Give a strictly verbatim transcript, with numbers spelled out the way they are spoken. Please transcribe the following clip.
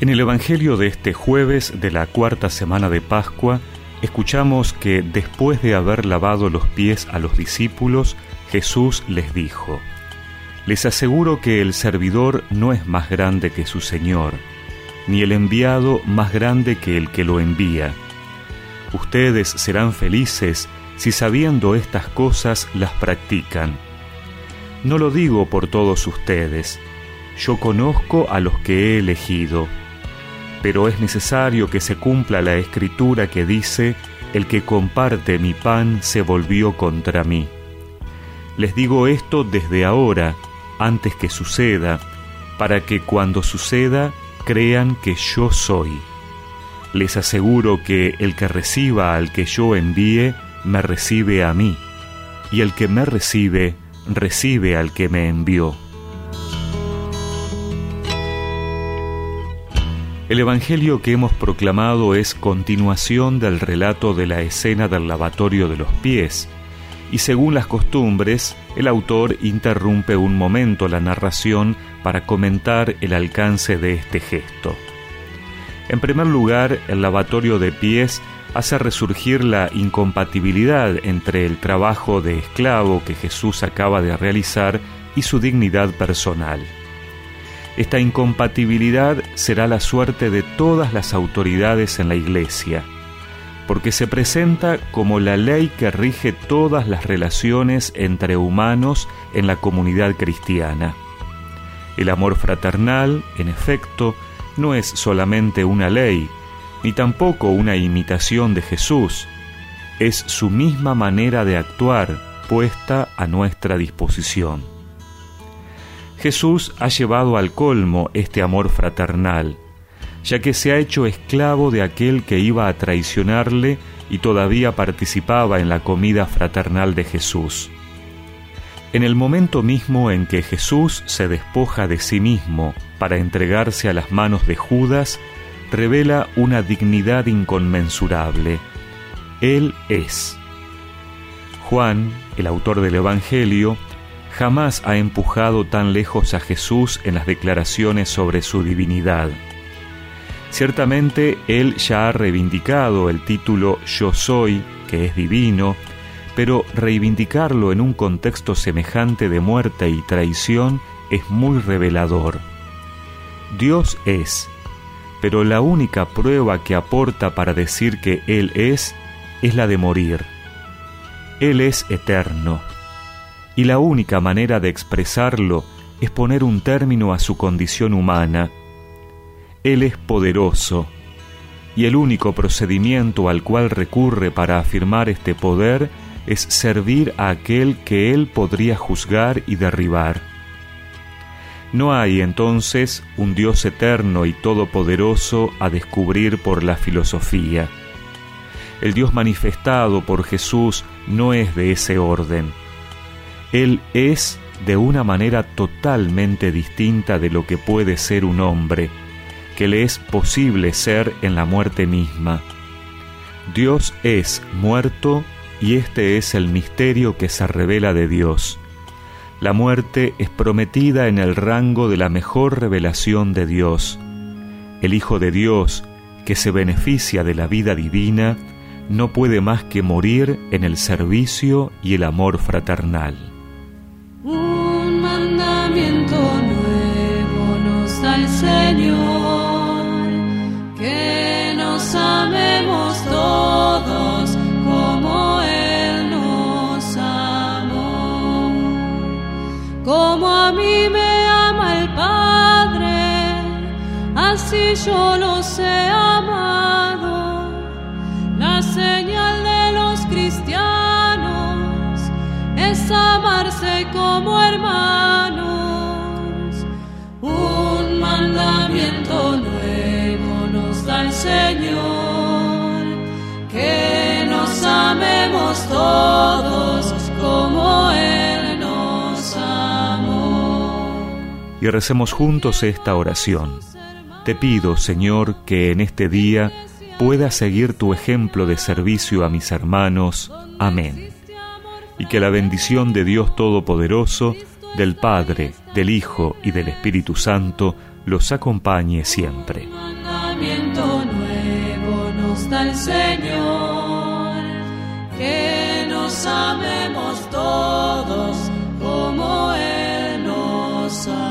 En el Evangelio de este jueves de la cuarta semana de Pascua, escuchamos que después de haber lavado los pies a los discípulos, Jesús les dijo: «Les aseguro que el servidor no es más grande que su Señor, ni el enviado más grande que el que lo envía. Ustedes serán felices si sabiendo estas cosas las practican. No lo digo por todos ustedes, yo conozco a los que he elegido, pero es necesario que se cumpla la escritura que dice: el que comparte mi pan se volvió contra mí. Les digo esto desde ahora, antes que suceda, para que cuando suceda crean que yo soy. Les aseguro que el que reciba al que yo envíe, me recibe a mí, y el que me recibe, recibe al que me envió». El Evangelio que hemos proclamado es continuación del relato de la escena del lavatorio de los pies, y según las costumbres, el autor interrumpe un momento la narración para comentar el alcance de este gesto. En primer lugar, el lavatorio de pies hace resurgir la incompatibilidad entre el trabajo de esclavo que Jesús acaba de realizar y su dignidad personal. Esta incompatibilidad será la suerte de todas las autoridades en la Iglesia, porque se presenta como la ley que rige todas las relaciones entre humanos en la comunidad cristiana. El amor fraternal, en efecto, no es solamente una ley, ni tampoco una imitación de Jesús, es su misma manera de actuar puesta a nuestra disposición. Jesús ha llevado al colmo este amor fraternal, ya que se ha hecho esclavo de aquel que iba a traicionarle y todavía participaba en la comida fraternal de Jesús. En el momento mismo en que Jesús se despoja de sí mismo para entregarse a las manos de Judas, revela una dignidad inconmensurable. Él es. Juan, el autor del Evangelio, jamás ha empujado tan lejos a Jesús en las declaraciones sobre su divinidad. Ciertamente, él ya ha reivindicado el título Yo soy, que es divino, pero reivindicarlo en un contexto semejante de muerte y traición es muy revelador. Dios es, pero la única prueba que aporta para decir que Él es, es la de morir. Él es eterno, y la única manera de expresarlo es poner un término a su condición humana. Él es poderoso, y el único procedimiento al cual recurre para afirmar este poder es servir a aquel que él podría juzgar y derribar. No hay entonces un Dios eterno y todopoderoso a descubrir por la filosofía. El Dios manifestado por Jesús no es de ese orden. Él es de una manera totalmente distinta de lo que puede ser un hombre, que le es posible ser en la muerte misma. Dios es muerto y este es el misterio que se revela de Dios. La muerte es prometida en el rango de la mejor revelación de Dios. El Hijo de Dios, que se beneficia de la vida divina, no puede más que morir en el servicio y el amor fraternal. Un mandamiento nuevo nos da el Señor, que nos amemos todos como Él nos amó. Como a mí me ama el Padre, así yo los he amado. La señal de los cristianos es amarse como hermanos. Un mandamiento nuevo nos da el Señor, que nos amemos todos como Él nos amó. Y recemos juntos esta oración. Te pido, Señor, que en este día pueda seguir tu ejemplo de servicio a mis hermanos. Amén. Y que la bendición de Dios Todopoderoso, del Padre, del Hijo y del Espíritu Santo, los acompañe siempre. Un mandamiento nuevo nos da el Señor, que nos amemos todos como Él nos ama.